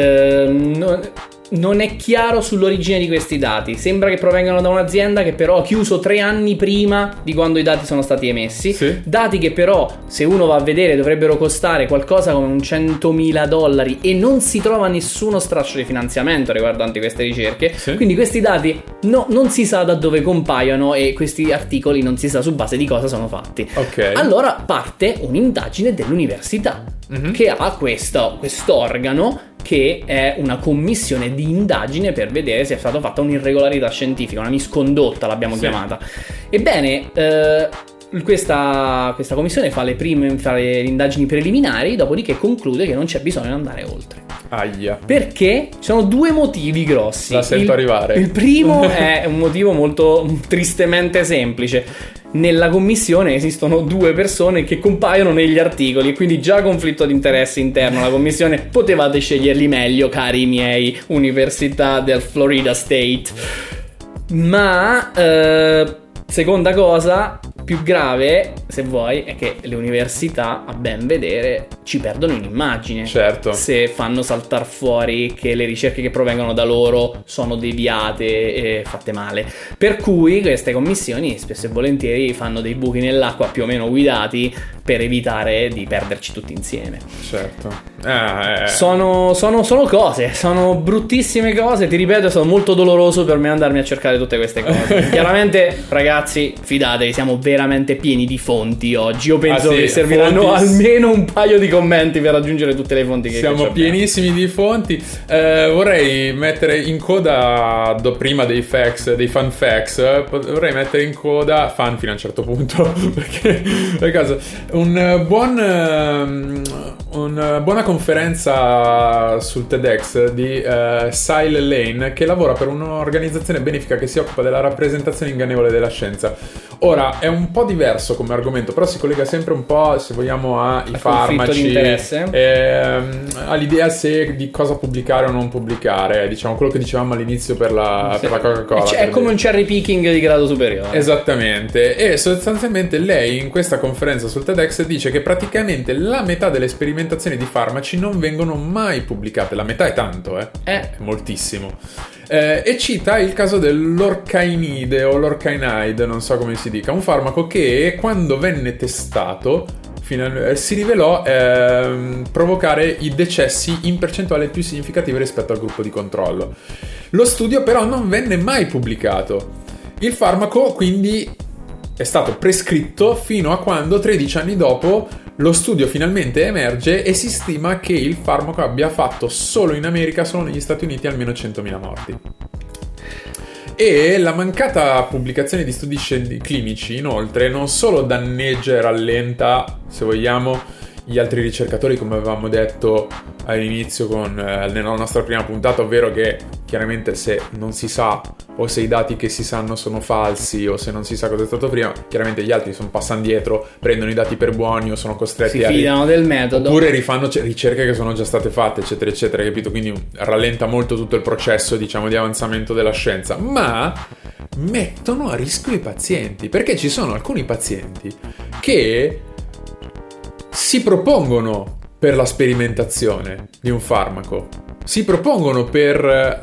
Non è chiaro sull'origine di questi dati. Sembra che provengano da un'azienda che però ha chiuso 3 anni prima di quando i dati sono stati emessi. Sì. Dati che però, se uno va a vedere, dovrebbero costare qualcosa come $100.000 e non si trova nessuno straccio di finanziamento riguardanti queste ricerche. Sì. Quindi questi dati non si sa da dove compaiono e questi articoli non si sa su base di cosa sono fatti. Ok. Allora parte un'indagine dell'università che ha quest'organo che è una commissione di indagine per vedere se è stata fatta un'irregolarità scientifica, una miscondotta l'abbiamo chiamata. Ebbene, questa commissione fa le indagini preliminari, dopodiché conclude che non c'è bisogno di andare oltre. Aia. Perché ci sono 2 motivi grossi. La sento arrivare. Il primo è un motivo molto tristemente semplice. Nella commissione esistono 2 persone che compaiono negli articoli e quindi già conflitto di interessi interno alla commissione. Potevate sceglierli meglio, cari miei università del Florida State. Ma seconda cosa più grave, se vuoi, è che le università, a ben vedere, ci perdono in immagine. Certo. Se fanno saltar fuori che le ricerche che provengono da loro sono deviate e fatte male. Per cui queste commissioni spesso e volentieri fanno dei buchi nell'acqua più o meno guidati per evitare di perderci tutti insieme. Certo. Sono cose, sono bruttissime cose. Ti ripeto, è stato molto doloroso per me andarmi a cercare tutte queste cose. Chiaramente, ragazzi, fidatevi, siamo veramente pieni di fonti oggi. Io penso che serviranno almeno un paio di commenti per raggiungere tutte le fonti che siamo pienissimi di fonti. Vorrei mettere in coda, prima dei facts, dei fun facts, vorrei mettere in coda fan fino a un certo punto perché per caso una buona conferenza sul TEDx di Sile Lane, che lavora per un'organizzazione benefica che si occupa della rappresentazione ingannevole della scienza. Ora è un po' diverso come argomento, però si collega sempre un po', se vogliamo, ai farmaci, all'idea di cosa pubblicare o non pubblicare, diciamo quello che dicevamo all'inizio per la Coca-Cola. È come un cherry picking di grado superiore. Esattamente. E sostanzialmente lei in questa conferenza sul TEDx dice che praticamente la metà delle sperimentazioni di farmaci non vengono mai pubblicate. La metà è tanto, è moltissimo. E cita il caso dell'orcainide o l'orcainide, non so come si dica, un farmaco che quando venne testato si rivelò provocare i decessi in percentuale più significative rispetto al gruppo di controllo. Lo studio però non venne mai pubblicato. Il farmaco quindi è stato prescritto fino a quando 13 anni dopo lo studio finalmente emerge e si stima che il farmaco abbia fatto solo in America, solo negli Stati Uniti, almeno 100.000 morti. E la mancata pubblicazione di studi clinici, inoltre, non solo danneggia e rallenta, se vogliamo, gli altri ricercatori, come avevamo detto all'inizio nella nostra prima puntata, ovvero che chiaramente se non si sa o se i dati che si sanno sono falsi o se non si sa cosa è stato prima, chiaramente gli altri passano dietro, prendono i dati per buoni o sono costretti si fidano del metodo, oppure rifanno ricerche che sono già state fatte, eccetera eccetera, capito? Quindi rallenta molto tutto il processo, diciamo, di avanzamento della scienza, ma mettono a rischio i pazienti, perché ci sono alcuni pazienti che si propongono per la sperimentazione di un farmaco, si propongono per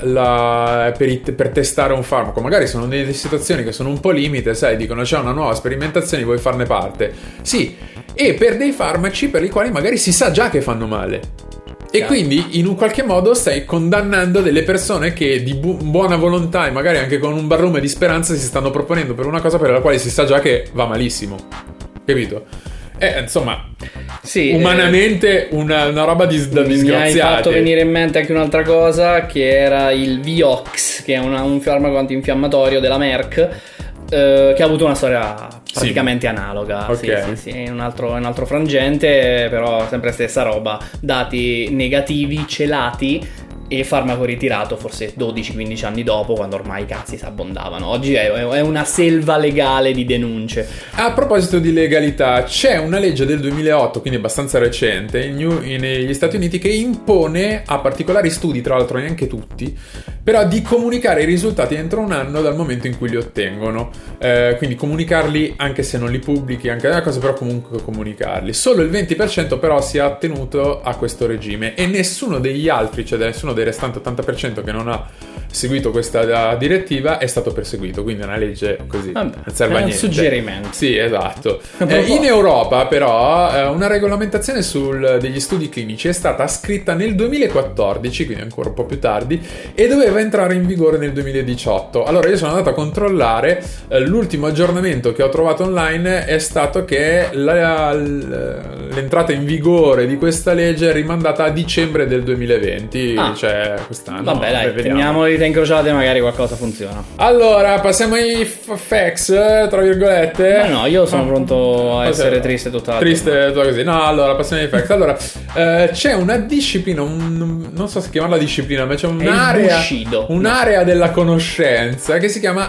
testare un farmaco, magari sono delle situazioni che sono un po' limite, sai, dicono c'è una nuova sperimentazione, vuoi farne parte? Sì, e per dei farmaci per i quali magari si sa già che fanno male. E quindi in un qualche modo stai condannando delle persone che di buona volontà e magari anche con un barlume di speranza si stanno proponendo per una cosa per la quale si sa già che va malissimo, capito? Insomma, sì, umanamente una roba da disgraziati. Mi hai fatto venire in mente anche un'altra cosa, che era il Vioxx, che è un farmaco antinfiammatorio della Merck, che ha avuto una storia praticamente analoga. Okay. Sì, in un altro frangente, però sempre stessa roba, dati negativi celati e farmaco ritirato forse 12-15 anni dopo, quando ormai i cazzi si abbondavano. Oggi è una selva legale di denunce. A proposito di legalità, c'è una legge del 2008, quindi abbastanza recente, negli Stati Uniti, che impone a particolari studi, tra l'altro neanche tutti, però di comunicare i risultati entro un anno dal momento in cui li ottengono. Quindi comunicarli anche se non li pubblichi, anche una cosa, però comunque comunicarli. Solo il 20% però si è attenuto a questo regime, e nessuno degli altri, cioè nessuno dei restanti 80% che non ha seguito questa direttiva è stato perseguito. Quindi è una legge così, non serve a niente. È un suggerimento. Sì, esatto. In Europa però una regolamentazione degli studi clinici è stata scritta nel 2014, quindi ancora un po' più tardi, e doveva entrare in vigore nel 2018. Allora io sono andato a controllare, l'ultimo aggiornamento che ho trovato online è stato che l'entrata in vigore di questa legge è rimandata a dicembre del 2020, cioè quest'anno. Vabbè, dai, teniamo le dita incrociate, magari qualcosa funziona. Allora, passiamo ai facts, tra virgolette. Ma no, io sono pronto a essere triste tutta la Triste, tutta così. No, allora, passiamo ai facts. Allora, c'è una disciplina, non so se chiamarla disciplina, ma c'è un'area della conoscenza che si chiama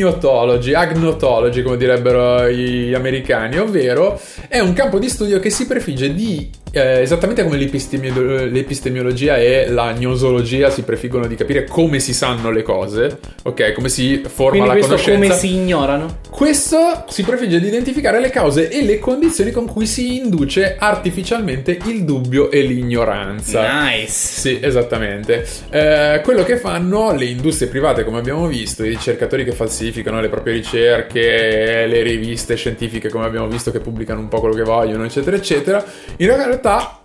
agnotology, come direbbero gli americani, ovvero è un campo di studio che si prefigge di esattamente come l'epistemiologia e la gnosologia si prefiggono di capire come si sanno le cose, ok? Come si forma la conoscenza. Come si ignorano. Questo si prefigge di identificare le cause e le condizioni con cui si induce artificialmente il dubbio e l'ignoranza. Nice. Sì, esattamente. Quello che fanno le industrie private, come abbiamo visto, i ricercatori che falsificano le proprie ricerche, le riviste scientifiche, come abbiamo visto, che pubblicano un po' quello che vogliono, eccetera, eccetera, in realtà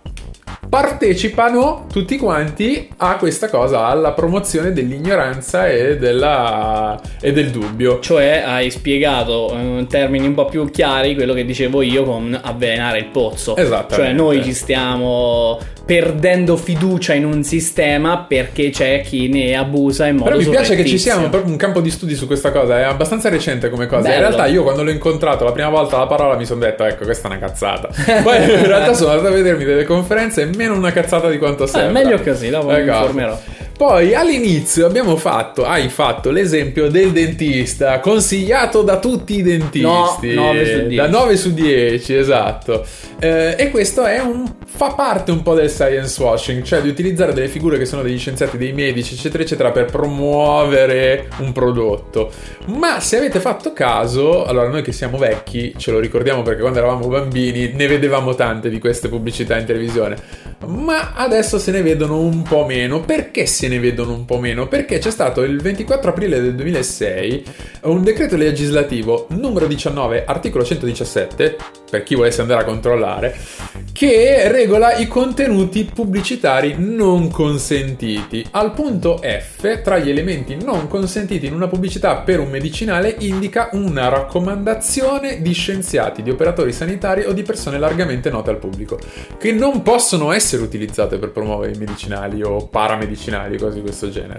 partecipano tutti quanti a questa cosa, alla promozione dell'ignoranza e del dubbio. Cioè hai spiegato in termini un po' più chiari quello che dicevo io con avvelenare il pozzo. Esattamente. Cioè noi ci stiamo perdendo fiducia in un sistema perché c'è chi ne abusa in modo Però mi piace che ci surrettizio. sia proprio un campo di studi su questa cosa, è abbastanza recente come cosa. Bello. In realtà io quando l'ho incontrato la prima volta la parola mi sono detto ecco, questa è una cazzata. Poi in realtà sono andato a vedermi delle conferenze e meno una cazzata di quanto sembra. Meglio così, dopo mi informerò. Poi all'inizio hai fatto l'esempio del dentista, consigliato da tutti i dentisti. 9 su 10. Da 9 su 10, esatto. E questo fa parte un po' del science washing, cioè di utilizzare delle figure che sono degli scienziati, dei medici, eccetera, eccetera, per promuovere un prodotto. Ma se avete fatto caso, allora noi che siamo vecchi ce lo ricordiamo perché quando eravamo bambini ne vedevamo tante di queste pubblicità in televisione, ma adesso se ne vedono un po' meno. Perché se ne vedono un po' meno? Perché c'è stato il 24 aprile del 2006 un decreto legislativo numero 19, articolo 117, per chi volesse andare a controllare, che regola i contenuti pubblicitari non consentiti. Al punto F, tra gli elementi non consentiti in una pubblicità per un medicinale, indica una raccomandazione di scienziati, di operatori sanitari o di persone largamente note al pubblico, che non possono essere utilizzate per promuovere i medicinali o paramedicinali, cose di questo genere.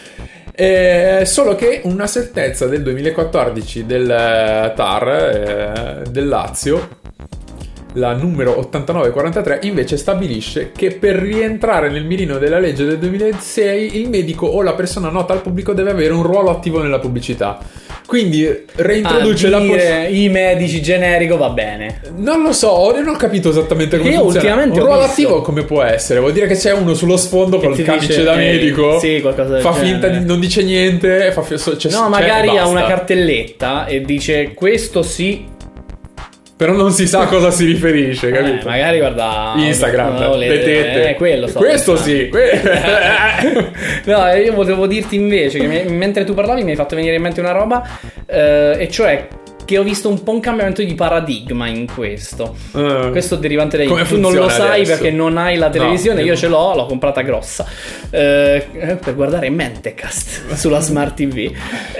Solo che una sentenza del 2014 del TAR del Lazio la numero 8943, invece stabilisce che per rientrare nel mirino della legge del 2006 il medico o la persona nota al pubblico deve avere un ruolo attivo nella pubblicità. Quindi reintroduce i medici generico va bene. Non lo so, non ho capito esattamente come funziona. Ultimamente un ruolo attivo come può essere? Vuol dire che c'è uno sullo sfondo col camice da medico, sì, qualcosa del fa genere. Finta di non dice niente, magari ha una cartelletta e dice questo sì, però non si sa a cosa si riferisce, capito? Magari guarda Instagram, le tette. Questo sì. No, io volevo dirti invece che mentre tu parlavi mi hai fatto venire in mente una roba, e cioè che ho visto un po' un cambiamento di paradigma in questo. Questo derivante da come tu non lo sai adesso? Perché non hai la televisione, io ce l'ho comprata grossa per guardare Mentecast sulla Smart TV.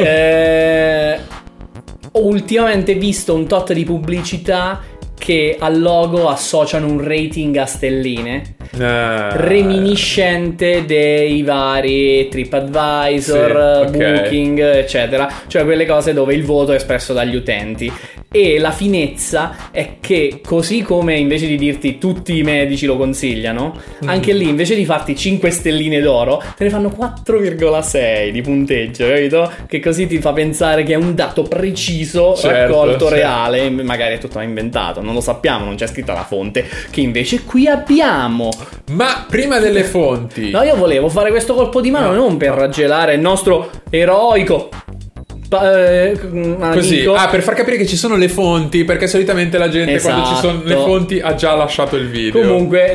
Ho ultimamente visto un tot di pubblicità che al logo associano un rating a stelline reminiscente dei vari TripAdvisor, Booking, eccetera, cioè quelle cose dove il voto è espresso dagli utenti. E la finezza è che, così come invece di dirti tutti i medici lo consigliano, anche lì invece di farti 5 stelline d'oro te ne fanno 4,6 di punteggio, capito? Che così ti fa pensare che è un dato preciso, raccolto, reale. Magari è tutto inventato, non lo sappiamo, non c'è scritta la fonte, che invece qui abbiamo. Ma prima delle fonti, no, io volevo fare questo colpo di mano non per raggelare il nostro eroico così, per far capire che ci sono le fonti, perché solitamente la gente quando ci sono le fonti ha già lasciato il video. Comunque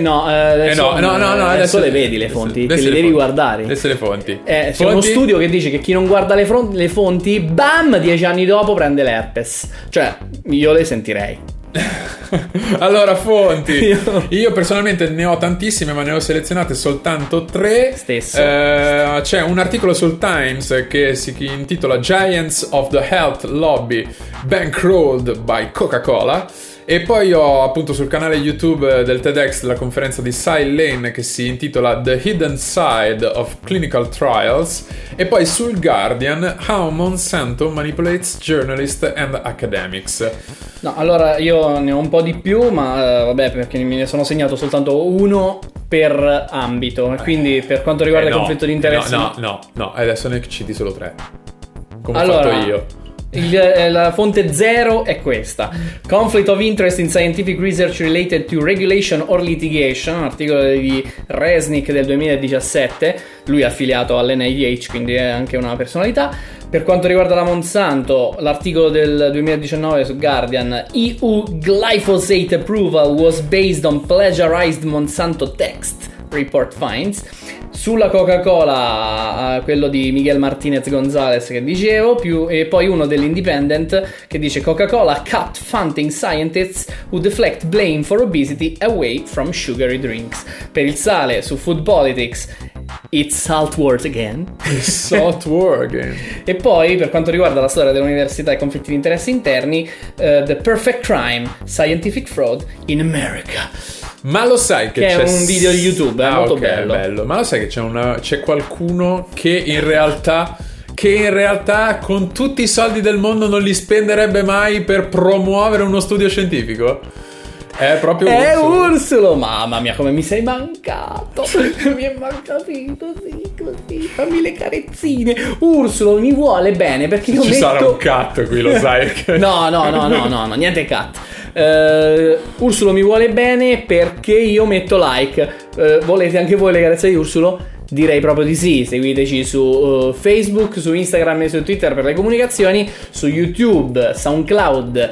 adesso le vedi le fonti, che le devi guardare. Adesso le fonti. C'è uno studio che dice che chi non guarda le fonti, bam, 10 anni dopo prende l'herpes. Cioè, io le sentirei. Allora, fonti. Io personalmente ne ho tantissime, ma ne ho selezionate soltanto 3. Stesso. C'è un articolo sul Times che si intitola Giants of the Health Lobby Bankrolled by Coca-Cola. E poi ho appunto sul canale YouTube del TEDx la conferenza di Cy Lane che si intitola The Hidden Side of Clinical Trials. E poi sul Guardian How Monsanto Manipulates Journalists and Academics. No, allora io ne ho un po' di più, ma vabbè, perché me ne sono segnato soltanto uno per ambito. Quindi per quanto riguarda il conflitto di interessi, no, adesso ne citi solo 3, come ho fatto io. La fonte 0 è questa: Conflict of Interest in Scientific Research Related to Regulation or Litigation, un articolo di Resnick del 2017. Lui è affiliato all'NIH, quindi è anche una personalità. Per quanto riguarda la Monsanto, l'articolo del 2019 su Guardian, EU glyphosate approval was based on plagiarized Monsanto text, report finds. Sulla Coca-Cola, quello di Miguel Martinez Gonzalez che dicevo, e poi uno dell'Independent che dice Coca-Cola cut funding scientists who deflect blame for obesity away from sugary drinks. Per il sale, su Food Politics, it's salt wars again. Salt war again. E poi per quanto riguarda la storia dell'università e conflitti di interessi interni, The Perfect Crime, Scientific Fraud in America. Ma lo sai che c'è un video di YouTube, è molto bello. Ma lo sai che c'è qualcuno che in realtà con tutti i soldi del mondo non li spenderebbe mai per promuovere uno studio scientifico? È proprio Ursulo. Mamma mia, come mi sei mancato. Mi è mancato così. Fammi le carezzine. Ursulo mi vuole bene perché io ci sarà un cut qui, lo sai. No, niente cut. Ursulo mi vuole bene perché io metto like. Volete anche voi le carezze di Ursulo? Direi proprio di sì. Seguiteci su Facebook, su Instagram e su Twitter per le comunicazioni, su YouTube, SoundCloud,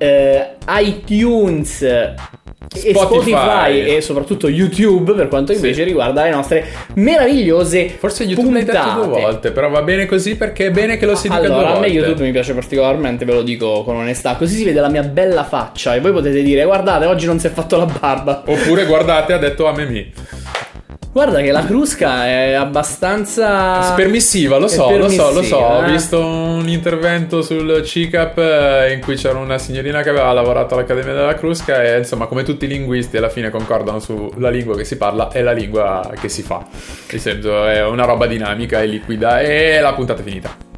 iTunes e Spotify e soprattutto YouTube per quanto invece riguarda le nostre meravigliose forse YouTube l'hai detto 2 volte, però va bene così perché è bene che lo si dica 2 volte. A me YouTube mi piace particolarmente, ve lo dico con onestà, così si vede la mia bella faccia e voi potete dire guardate oggi non si è fatto la barba, oppure guardate ha detto Amemi. Guarda che la crusca è abbastanza permissiva, lo so. Ho visto un intervento sul CICAP in cui c'era una signorina che aveva lavorato all'Accademia della Crusca e insomma, come tutti i linguisti, alla fine concordano sulla lingua che si parla e la lingua che si fa. Nel senso, è una roba dinamica e liquida e la puntata è finita.